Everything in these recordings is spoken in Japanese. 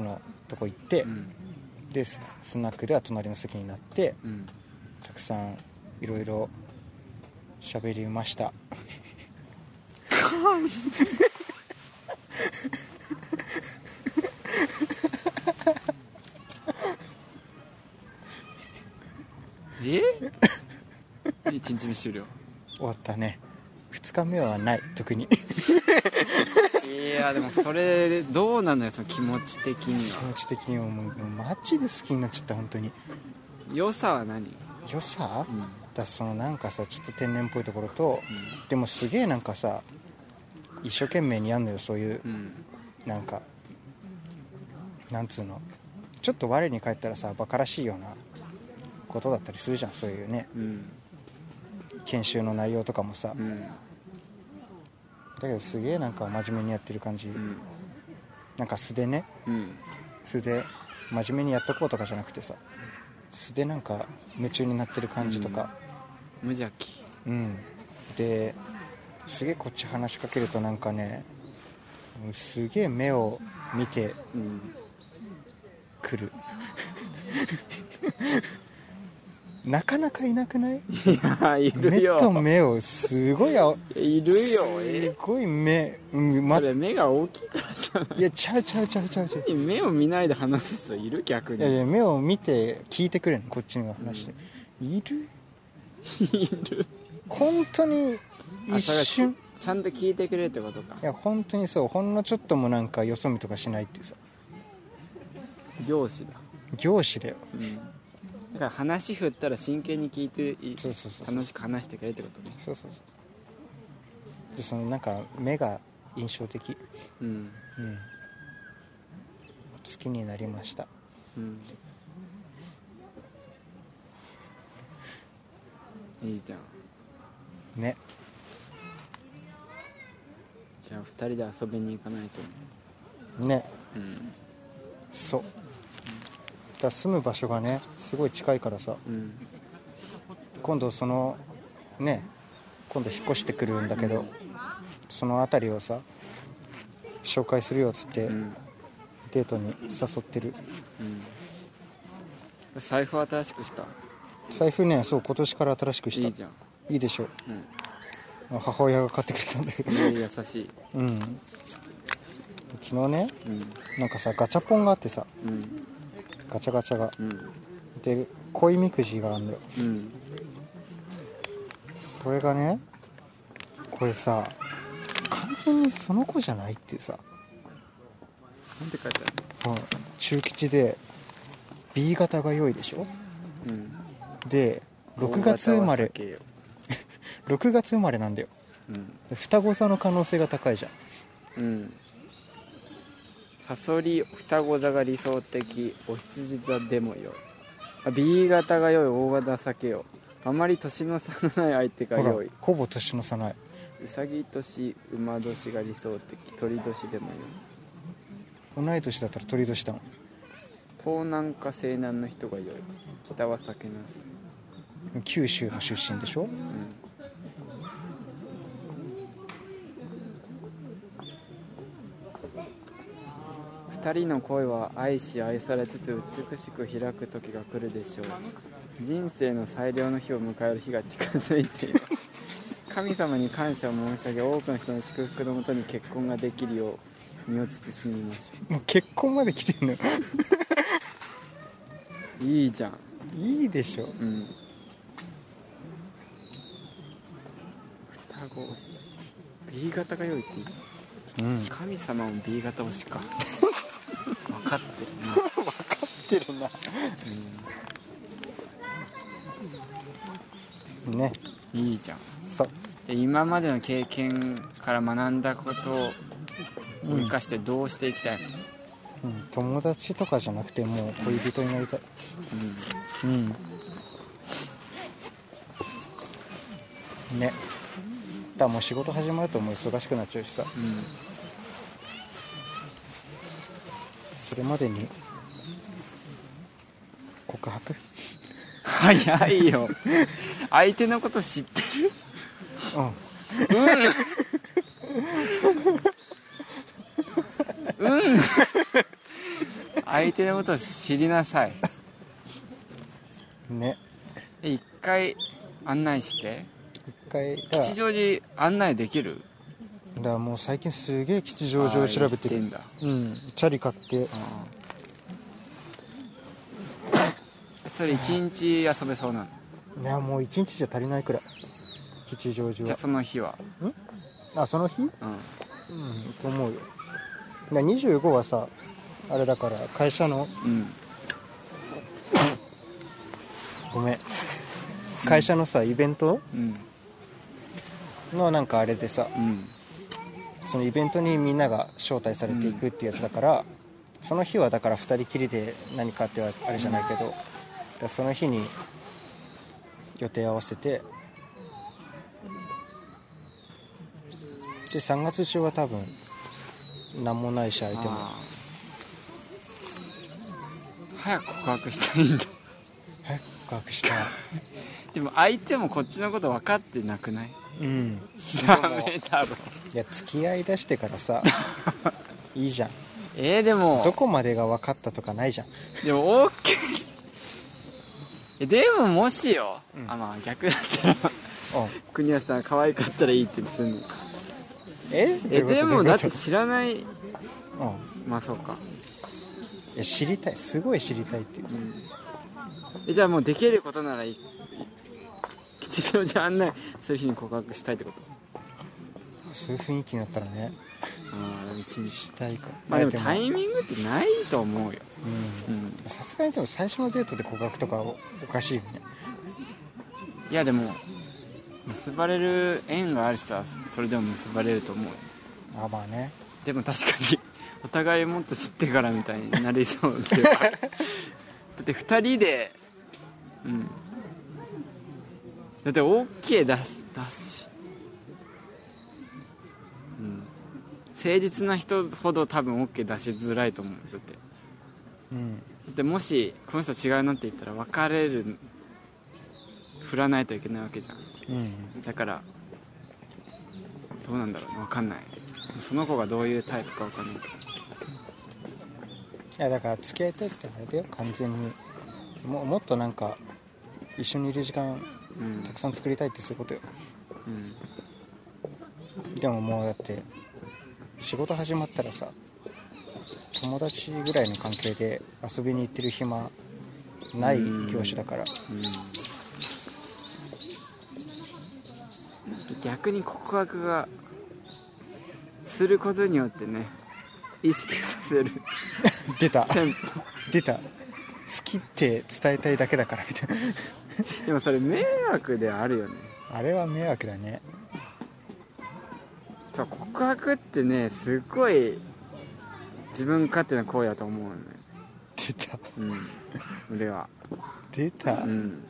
フのとこ行って、でスナックでは隣の席になって、たくさんいろいろ喋りました 1日目終了。 終わったね。2日目はない特にいやでもそれどうなのよ、その気持ち的には。 気持ち的にはもうマジで好きになっちゃった。本当に。 良さは何？ 良さ、だそのなんかさちょっと天然っぽいところと、でもすげえなんかさ一生懸命にやんのよそういう、なんかなんつうのちょっと我に返ったらさバカらしいようなことだったりするじゃんそういうね、研修の内容とかもさ、だけどすげえなんか真面目にやってる感じ、なんか素でね、素で真面目にやっとこうとかじゃなくてさ素でなんか夢中になってる感じとか、 無邪気、 ですげえこっち話しかけるとなんかねすげえ目を見てくる、なかなかいなくない？ いやいるよ。 目と目をすごいいるよ。 すごい目、 それ目が大きいからじゃない？ いやちゃう目を見ないで話す人いる？逆に。 いや目を見て聞いてくれんこっちの話で、いる本当に一瞬ちゃんと聞いてくれってことか。 いや本当にそう、ほんのちょっともなんかよそ見とかしないっていうさ、 業師だ。 業師だよ、 だから話振ったら真剣に聞いてそう楽しく話してくれってことね。 そうでそのなんか目が印象的、好きになりました、 いいじゃんね。 じゃあ2人で遊びに行かないとね、そう、だ住む場所がねすごい近いからさ、今度そのね今度引っ越してくるんだけど、その辺りをさ紹介するよっつって、デートに誘ってる、 財布新しくした？ 財布ね、そう今年から新しくした。 いいじゃん。 いいでしょ、母親が買ってくれたんだけど優しい。 昨日ね、なんかさガチャポンがあってさ、ガチャガチャが、で恋みくじがあるんだよ、それがねこれさ完全にその子じゃないっていうさ、 なんて書いてある？ 中吉で B 型が良いでしょ、で6月生まれ6月生まれなんだよ、双子座の可能性が高いじゃん。 サソリ双子座が理想的、お羊座でもよい。B 型が良い、大型避けよ。あまり年の差のない相手が良い。 ほぼ年の差ない。 うさぎ年、馬年が理想的、鳥年でもよい。同い年だったら鳥年だもん。 東南か西南の人が良い、北は避けなさい。 九州の出身でしょ、 二人の恋は愛し愛されつつ美しく開く時が来るでしょう。人生の最良の日を迎える日が近づいています。神様に感謝を申し上げ、多くの人の祝福のもとに結婚ができるよう身を慎みましょう。 もう結婚まで来てんのいいじゃん。 いいでしょ、 双子 B 型が良いっていい、神様も B 型推しか分かってるな分かってるな、ね、 いいじゃん。 そうじゃあ今までの経験から学んだことを生かしてどうしていきたいの？ 友達とかじゃなくてもう恋人になりたい。ね、だからもう仕事始まるともう忙しくなっちゃうしさ、それまでに告白早いよ相手のこと知ってる？ 相手のことを知りなさいね。 で一回案内して一回吉祥寺案内できる？ だからもう最近すげえ吉祥寺を調べてる。 んだ。 うん、チャリ買って。 それ1日遊べそうなの？ いやもう1日じゃ足りないくらい吉祥寺は。 じゃあその日は？ あ、その日？うん、と思うよ。だ25はさあれだから会社の、ごめん、会社のさイベントのなんかあれでさ、そのイベントにみんなが招待されていくっていうやつだから、その日はだから2人きりで何かってはあれじゃないけど、だその日に予定合わせて、で3月中は多分何もないし相手も。 早く告白したいんだ。 早く告白したい。 でも相手もこっちのこと分かってなくない？ うん、 ダメだろ。 いや付き合いだしてからさいいじゃん。 でもどこまでが分かったとかないじゃん。 でも OK でももしよ、まあ逆だったら国安さん可愛かったらいいってすんのか。でもだって知らない。まあそうか。 知りたい、すごい知りたいっていう、 じゃあもうできることなら吉祥寺案内する日に告白したいってこと？ そういう雰囲気になったらね。したいか。 まあでもタイミングってないと思うよ。 さすがにでも最初のデートで告白とかおかしいよね。 いやでも結ばれる縁がある人はそれでも結ばれると思うよ。 まあね。でも確かにお互いもっと知ってからみたいになりそうっていうかだって2人でだって OK 出し、誠実な人ほど多分 OK 出しづらいと思う。だってもしこの人違うなって言ったら別れる、振らないといけないわけじゃん、だからどうなんだろうね、分かんない。その子がどういうタイプか分かんないけど。 いやだから付き合いたいってあれだよ、完全にもっとなんか一緒にいる時間たくさん作りたいってそういうことよ。でももうだって仕事始まったらさ、友達ぐらいの関係で遊びに行ってる暇ない業種だから、 逆に告白がすることによってね、意識させる出た好きって伝えたいだけだからみたいなでもそれ迷惑であるよね。 あれは迷惑だね。 そう、告白ってね、すっごい自分勝手な行為だと思うよね。 出た俺は出た、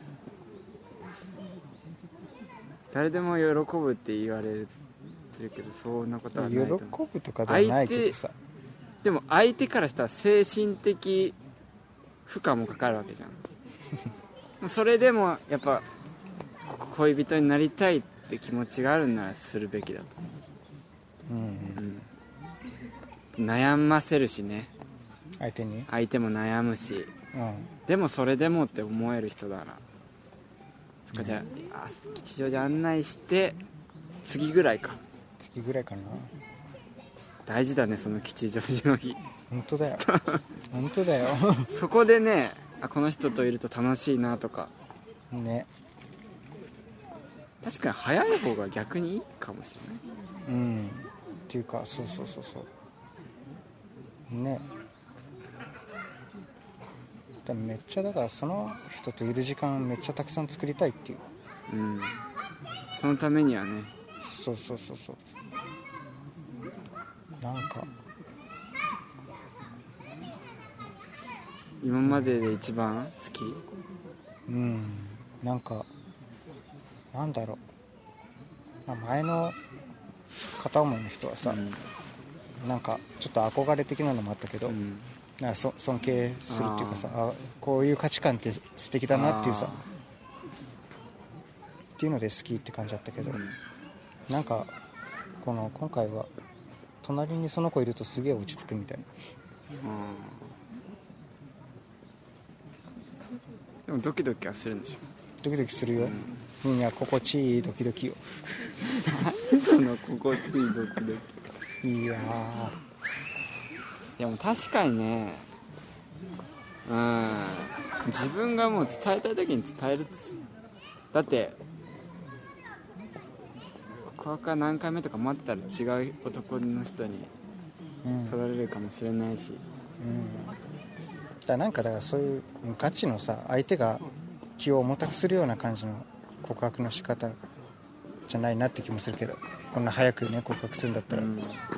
誰でも喜ぶって言われるけど、そんなことはないと思う。 喜ぶとかではないけどさ、 でも相手からしたら精神的負荷もかかるわけじゃんそれでもやっぱ恋人になりたいって気持ちがあるならするべきだと思う。悩ませるしね、相手も悩むし、でもそれでもって思える人だな。そっか、じゃあ吉祥寺案内して次ぐらいかな。大事だね、その吉祥寺の日。 本当だよ本当だよそこでね、この人といると楽しいなとかね。 確かに早い方が逆にいいかもしれない。 っていうか、そうね。めっちゃだからその人といる時間めっちゃたくさん作りたいっていう、 そのためにはね。 そうなんか今までで一番好き？ なんかなんだろう、前の片思いの人はさ、なんかちょっと憧れ的なのもあったけど、なんか尊敬するっていうかさ、こういう価値観って素敵だなっていうさ、っていうので好きって感じだったけど、なんか今回は隣にその子いるとすげえ落ち着くみたいな。 でもドキドキはするんでしょ。 ドキドキするよ、みんな心地いいドキドキよ。 その心地いいドキドキ。 いやでも確かにね、自分がもう伝えたい時に伝える。だって告白は何回目とか待ってたら違う男の人に取られるかもしれないし、 だからそういうガチのさ、相手が気を重たくするような感じの告白の仕方じゃないなって気もするけど、こんな早くね告白するんだったら、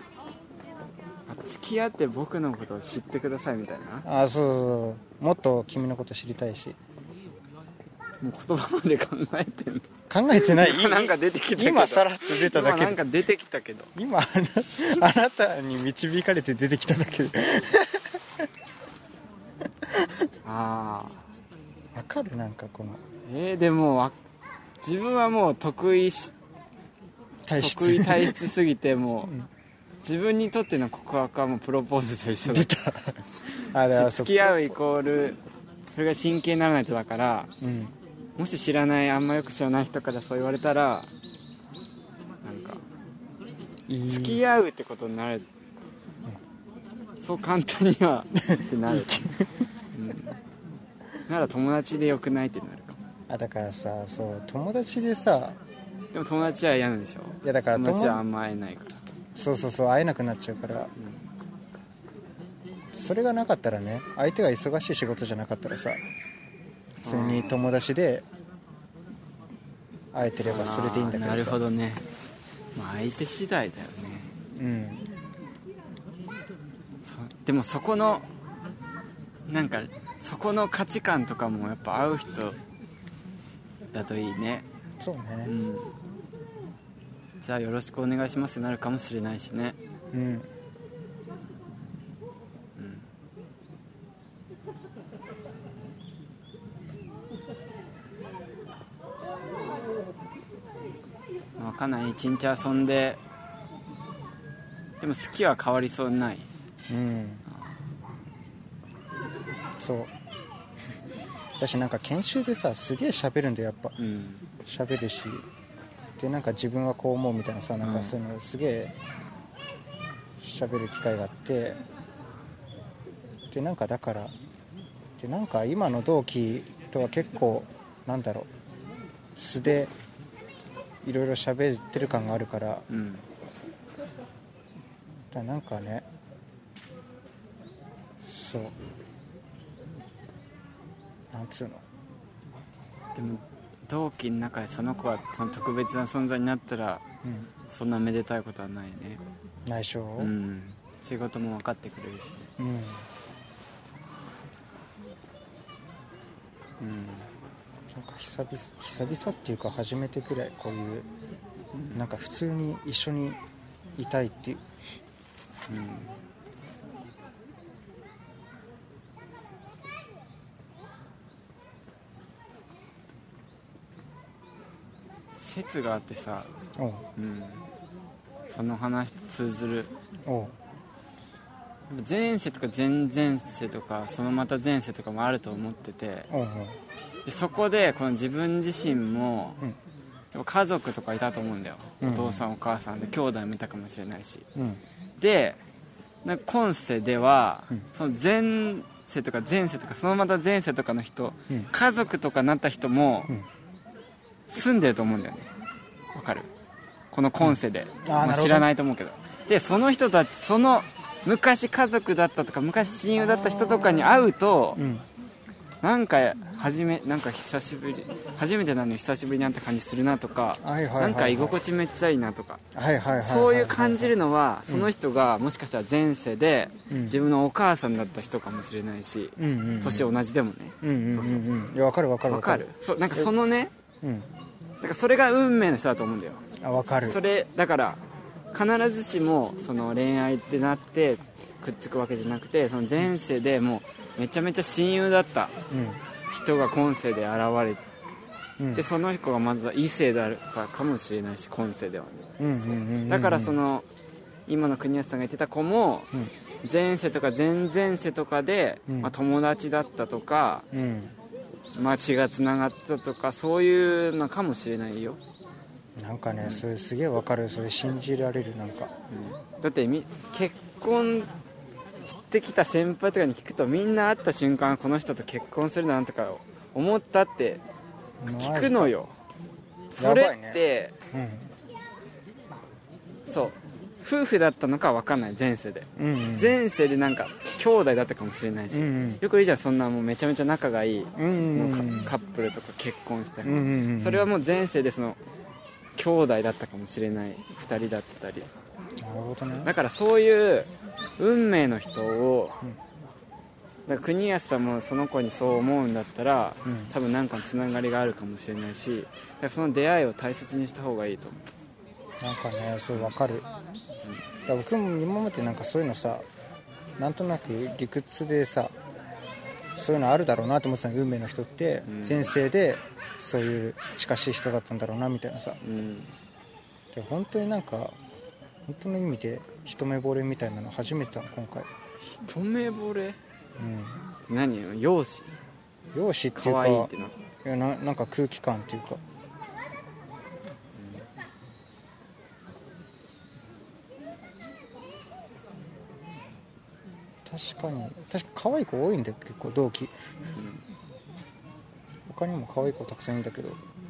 付き合って僕のことを知ってくださいみたいな。 そうもっと君のこと知りたいし。 もう言葉まで考えてんの。 考えてない今なんか出てきたけど、 今さらっと出ただけで、 今なんか出てきたけど、 今あなたに導かれて出てきただけであわかる。なんかこのあ、でも自分はもう得意体質すぎて、もう、自分にとっての告白はもうプロポーズと一緒だ。 出たあれは付き合うイコールそれが真剣にならないとだから、もし知らない、あんまよく知らない人からそう言われたら、なんか付き合うってことになる、そう簡単にはってなる、なら友達でよくないってなるかも。 だからさ、そう友達でさ、 でも友達は嫌なんでしょ。 いやだから友達はあんま会えないから。 そう会えなくなっちゃうから、それがなかったらね、相手が忙しい仕事じゃなかったらさ、普通に友達で会えてればそれでいいんだけどさ。 なるほどね、相手次第だよね。でもそこのなんかそこの価値観とかもやっぱ合う人だといいね。 そうね、 じゃあよろしくお願いしますってなるかもしれないしね。分かんない。一日遊んででも好きは変わりそうにない。 そう私なんか研修でさ、すげえ喋るんだよ、やっぱ喋るし、でなんか自分はこう思うみたいなさ、なんかそういうのすげえ喋る機会があって、でなんかだからでなんか今の同期とは結構なんだろう、素でいろいろ喋ってる感があるから、だなんかね、そうなんつうの、 でも同期の中でその子はその特別な存在になったら、そんなめでたいことはないね。 内緒、 仕事も分かってくれるしね。 なんか久々っていうか初めてくらいこういう、なんか普通に一緒にいたいっていう、 説があってさ、その話と通ずる。前世とか前々世とかそのまた前世とかもあると思ってて、でそこでこの自分自身も、家族とかいたと思うんだよ、お父さんお母さんで兄弟もいたかもしれないし、でなんか今世では、その前世とか前世とかそのまた前世とかの人、家族とかなった人も、住んでると思うんだよね。わかる？この今世で、知らないと思うけど、でその人たち、その昔家族だったとか昔親友だった人とかに会うと、なんか久しぶり、初めてなのに久しぶりに会った感じするなとか、なんか居心地めっちゃいいなとか、そういう感じるのは、その人がもしかしたら前世で自分のお母さんだった人かもしれないし、年同じでもね。 いや分かるそう、なんかそのね、だからそれが運命の人だと思うんだよ。 分かる。 それだから必ずしもその恋愛ってなってくっつくわけじゃなくて、その前世でもうめちゃめちゃ親友だった人が今世で現れて、その人がまずは異性だったかもしれないし、今世ではね。だからその今の国安さんが言ってた子も、前世とか前々世とかで、友達だったとか、 血がつながったとかそういうのかもしれないよ。 なんかね、それすげえわかる。それ信じられる。なんか、 だって結婚してきた先輩とかに聞くと、みんな会った瞬間この人と結婚するなとか思ったって聞くのよ。それって、そう夫婦だったのか分かんない、前世で、前世でなんか兄弟だったかもしれないし、よく言うじゃん、そんなもうめちゃめちゃ仲がいい、もうカップルとか結婚した、それはもう前世でその兄弟だったかもしれない、2人だったり。 なるほどね。 だからそういう運命の人を、だから国安さんもその子にそう思うんだったら、多分何かのつながりがあるかもしれないし、だからその出会いを大切にした方がいいと思う。 なんかね、そう分かる。僕も今までなんかそういうのさ、なんとなく理屈でさ、そういうのあるだろうなと思ってたの。運命の人って前世でそういう近しい人だったんだろうなみたいなさ、で本当になんか本当の意味で一目惚れみたいなの初めてだの今回。 一目惚れ、何よ、容姿っていうか、 可愛いってなんか空気感っていうか、確かに可愛い子多いんだよ結構同期、他にも可愛い子たくさんいるんだけど、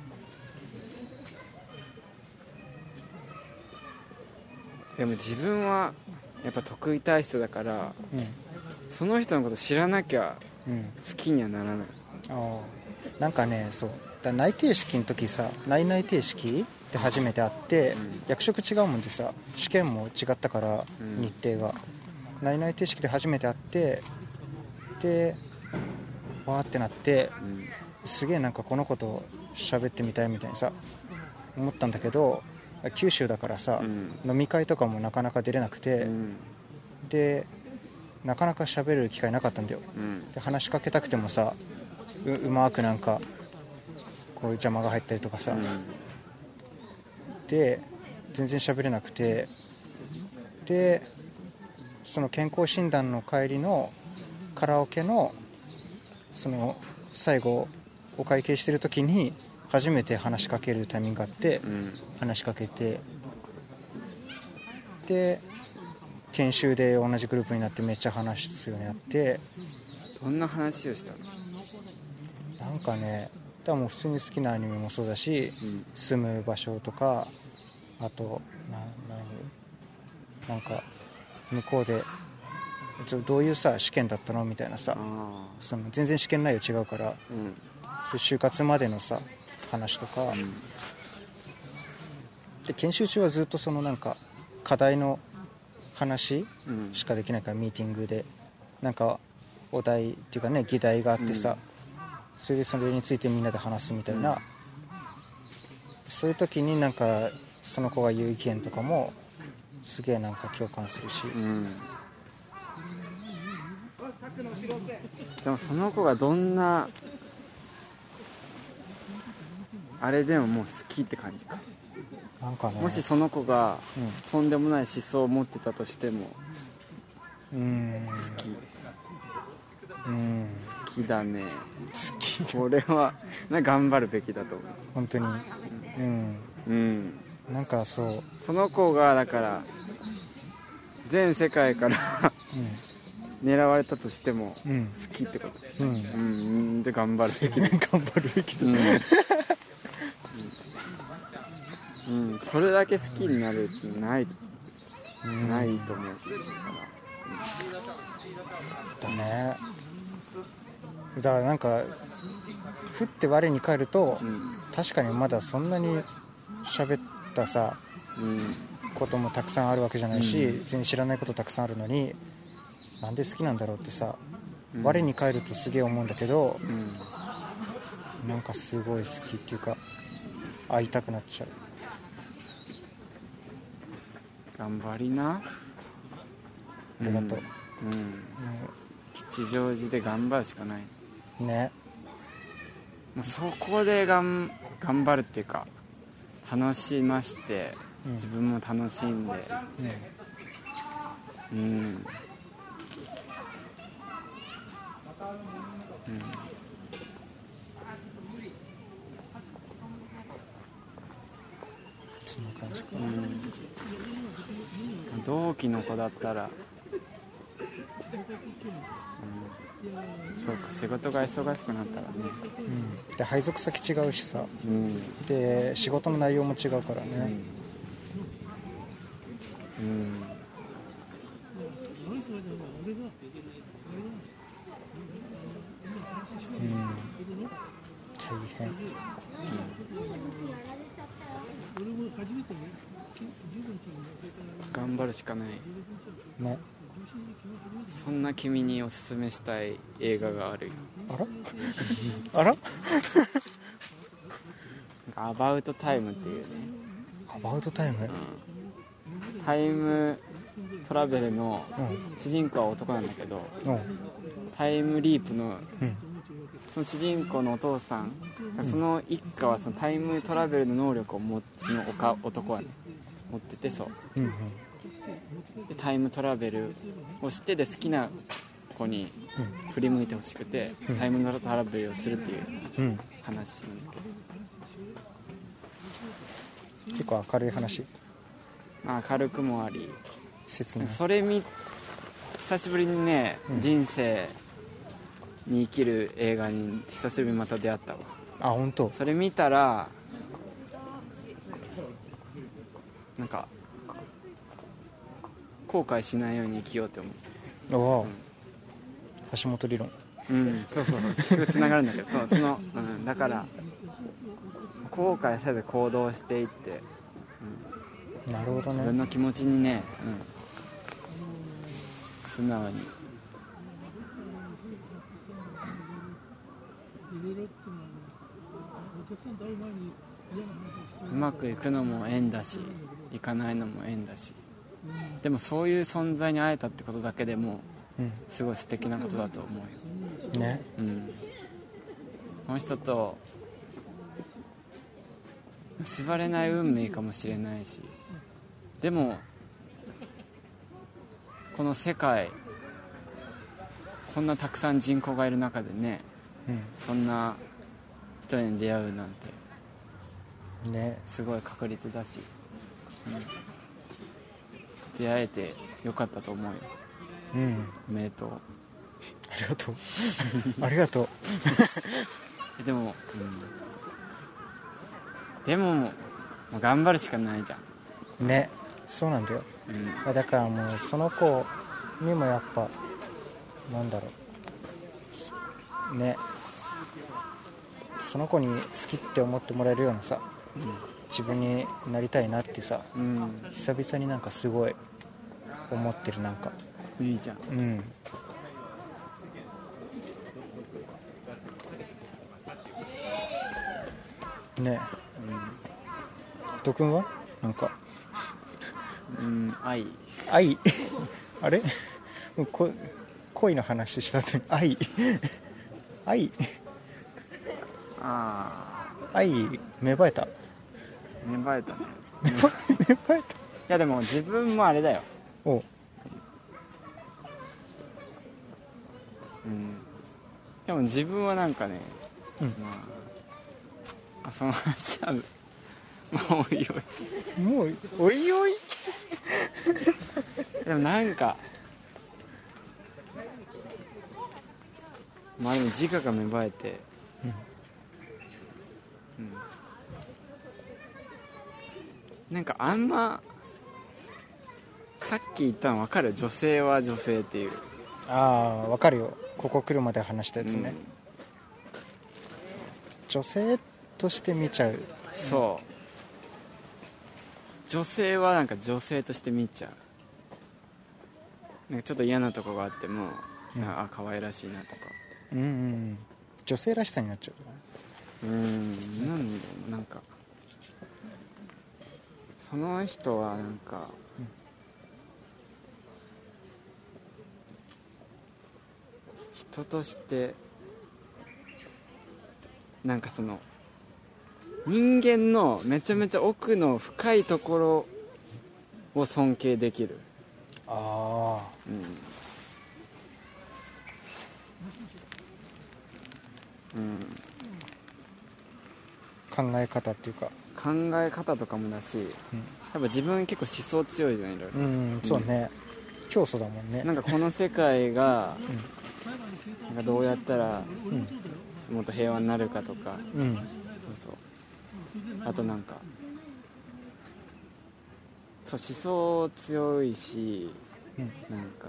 でも自分はやっぱ得意体質だから、その人のこと知らなきゃ好きにはならない、 なんかね、そうだ、内定式の時さ、内定式で初めて会って、役職違うもんでさ、試験も違ったから、日程が内定式で初めて会って、でわーってなって、すげえなんかこの子と喋ってみたいみたいにさ思ったんだけど、九州だからさ、飲み会とかもなかなか出れなくて、でなかなか喋る機会なかったんだよ、で話しかけたくてもさ、うまくなんかこういう邪魔が入ったりとかさ、で全然喋れなくて、でその健康診断の帰りのカラオケのその最後お会計してる時に初めて話しかけるタイミングがあって、話しかけて、で研修で同じグループになってめっちゃ話すようになって。 どんな話をしたの？ なんかね、でも普通に好きなアニメもそうだし、住む場所とか、あとなんか向こうでどういうさ試験だったのみたいなさ、その全然試験内容違うから、そう就活までのさ話とか、で研修中はずっとそのなんか課題の話しかできないから、ミーティングでなんかお題っていうかね、議題があってさ、それでそれについてみんなで話すみたいな、そういう時になんかその子が言う意見とかもすげえなんか共感するし、 でもその子がどんなあれでももう好きって感じか。 なんかね、 もしその子がとんでもない思想を持ってたとしても、好きだね。 好き。 これは頑張るべきだと思う本当に。なんかそうその子がだから全世界から狙われたとしても好きってこと、で頑張るべきだ頑張るべきだ、 それだけ好きになるってないと思うだね。だからなんかふって我に返ると、確かにまだそんなに喋ったさ、こともたくさんあるわけじゃないし、全然知らないことたくさんあるのに、なんで好きなんだろうってさ、我に返るとすげえ思うんだけど、なんかすごい好きっていうか会いたくなっちゃう。 頑張りな。 ありがとう。 吉祥寺で頑張るしかないね。 もうそこで頑張るっていうか楽しまして、自分も楽しんで、 そんな感じか。 同期の子だったら、そうか、仕事が忙しくなったらね、 で配属先違うしさ、 うんで仕事の内容も違うからね、大変。 頑張るしかないね。 そんな君におすすめしたい映画があるよ。 あらアバウトタイムっていうね、 アバウトタイム、 タイムトラベルの主人公は男なんだけど、タイムリープのその主人公のお父さん、その一家はそのタイムトラベルの能力を持つの男はね持ってて、そうでタイムトラベルをして、で好きな子に振り向いてほしくて、タイムトラベルをするっていう話なんだけど、 結構明るい話、 まあ明るくもあり、 切ない。 それ久しぶりにね、人生に生きる映画に久しぶりにまた出会ったわ。 あ、本当。 それ見たらなんか後悔しないように生きようって思って。 おお、橋本理論。 そう結局つながるんだけど、だから後悔せず行動していって、 なるほどね。 自分の気持ちにね、素直にうまくいくのも縁だし、いかないのも縁だし、でもそういう存在に会えたってことだけでもすごい素敵なことだと思うよね。 この人と結ばれない運命かもしれないし、でもこの世界、こんなたくさん人口がいる中でね、そんな人に出会うなんてね、 すごい確率だし、出会えてよかったと思うよ。おめでとう。 ありがとうありがとうでも、でも頑張るしかないじゃんね。そうなんだよ、だからもうその子にもやっぱなんだろうね、その子に好きって思ってもらえるようなさ、自分になりたいなってさ、久々になんかすごい思ってる。なんかいいじゃん。 ね。伊藤君はなんか愛あれもう恋の話した後に愛芽生えた。 芽生えたね。 芽生えた。いやでも自分もあれだよ。でも自分はなんかね、その話はもうおいおい、 もうおいおいでもなんかまあでも自我が芽生えて、なんかあんまさっき言ったの分かる？女性は女性っていう。 ああ、分かるよ。ここ来るまで話したやつね、女性として見ちゃう。 そう女性はなんか女性として見ちゃう。なんかちょっと嫌なとこがあっても、可愛らしいなとか、 女性らしさになっちゃう。 なんだろう、なんかその人はなんか、人としてなんかその人間のめちゃめちゃ奥の深いところを尊敬できる。 考え方っていうか、 考え方とかもだし、やっぱ自分結構思想強いじゃん、いろいろ。 そうね、教祖だもんね。 なんかこの世界が、なんかどうやったらもっと平和になるかとか、そうあとなんかそう思想強いし、なんか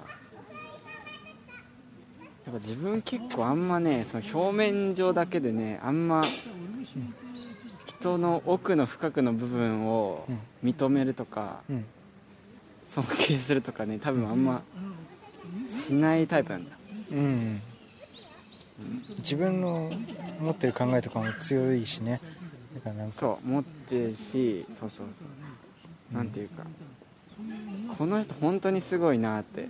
やっぱ自分結構あんまね、その表面上だけでね、あんま人の奥の深くの部分を認めるとか、尊敬するとかね、多分あんましないタイプなんだ。 自分の持ってる考えとかも強いしね。だからなんかそう持ってるし、そうなんていうか、この人本当にすごいなって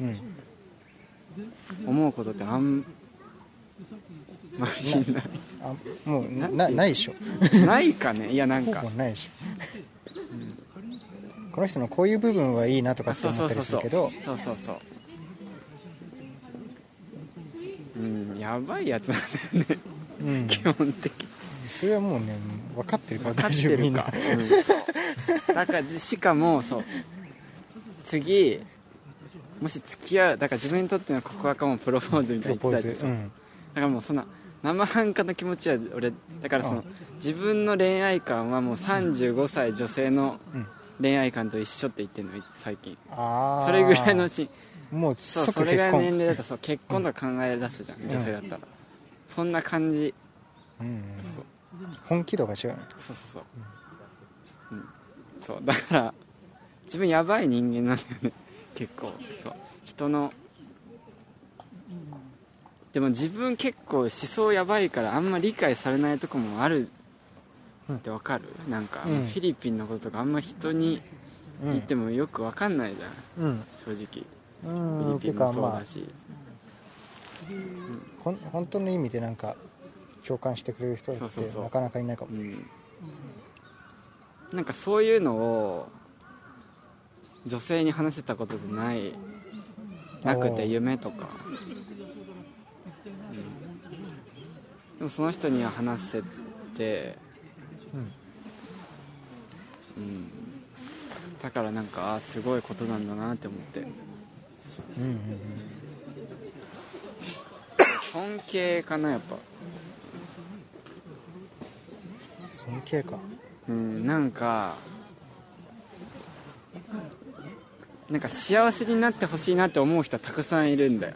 思うことってあんまりない。 もうないでしょ。 ないかね。いやなんかほぼないでしょ、この人のこういう部分はいいなとかって思ったりするけど、やばいやつなんだよね、基本的に。 それはもうね分かってるから大丈夫、みんな。だからしかもそう次もし付き合う、だから自分にとっての告白はもうプロポーズみたいに言ってたり、だからもうそんな生半可な気持ちは俺だから、その自分の恋愛観はもう35歳女性の恋愛観と一緒って言ってるの最近。それぐらいのもうそうそれぐらいの年齢だとそう結婚とか考え出すじゃん、女性だったら。そんな感じ。そう本気度が違うね。 そうだから自分やばい人間なんだよね結構。そう人のでも自分結構思想やばいからあんま理解されないとこもあるってわかる？なんか、フィリピンのこととかあんま人に言ってもよくわかんないじゃん、正直。フィリピンもそうだし、 本当の意味でなんか共感してくれる人ってなかなかいないかも。 なんかそういうのを女性に話せたことでなくて、夢とか、でもその人には話せて、だからなんかすごいことなんだなって思って、尊敬かな、やっぱ。 尊敬か。 なんか幸せになってほしいなって思う人はたくさんいるんだよ。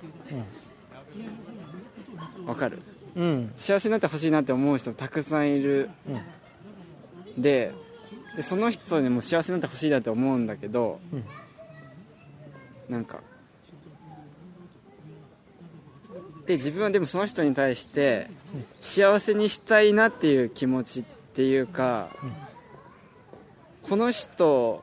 わかる？幸せになってほしいなって思う人たくさんいる、でその人にも幸せになってほしいなって思うんだけど、なんかで自分はでもその人に対して幸せにしたいなっていう気持ちっていうか、この人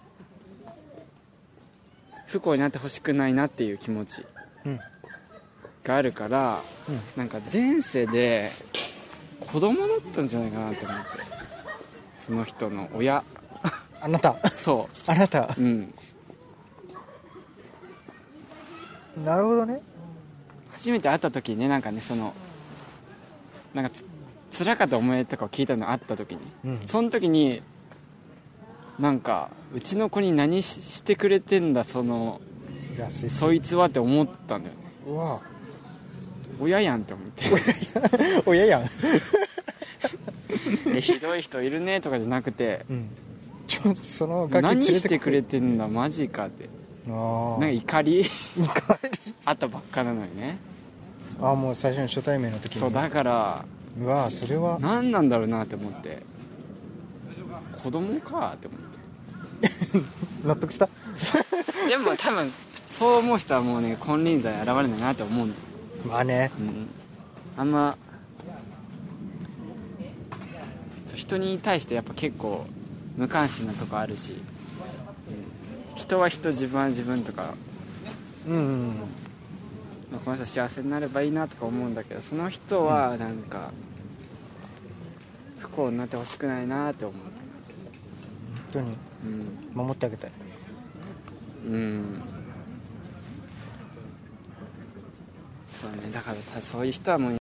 不幸になってほしくないなっていう気持ちがあるから、なんか前世で子供だったんじゃないかなって思って、その人の親。 あなた。 そうあなた。なるほどね。 初めて会った時にね、なんかね、なんか辛かった思いとかを聞いたのあった時に、その時になんかうちの子に何してくれてんだそいつはって思ったんだよね。 うわ、 親やんって思って親やんひどい人いるねとかじゃなくて、 ちょっとそのガキ連れて何してくれてんだマジかって、なんか怒りあったばっかなのにね。 もう最初の初対面の時に。 そうだから、 うわそれは何なんだろうなって思って、子供かって思って納得したでも多分そう思う人はもうね、金輪際現れないなって思うの。 まあね、 あんま人に対してやっぱ結構無関心なとこあるし、人は人、自分は自分とか、この人幸せになればいいなとか思うんだけど、その人はなんか不幸になってほしくないなって思う。 本当に守ってあげたい。 そうね、だからそういう人はもう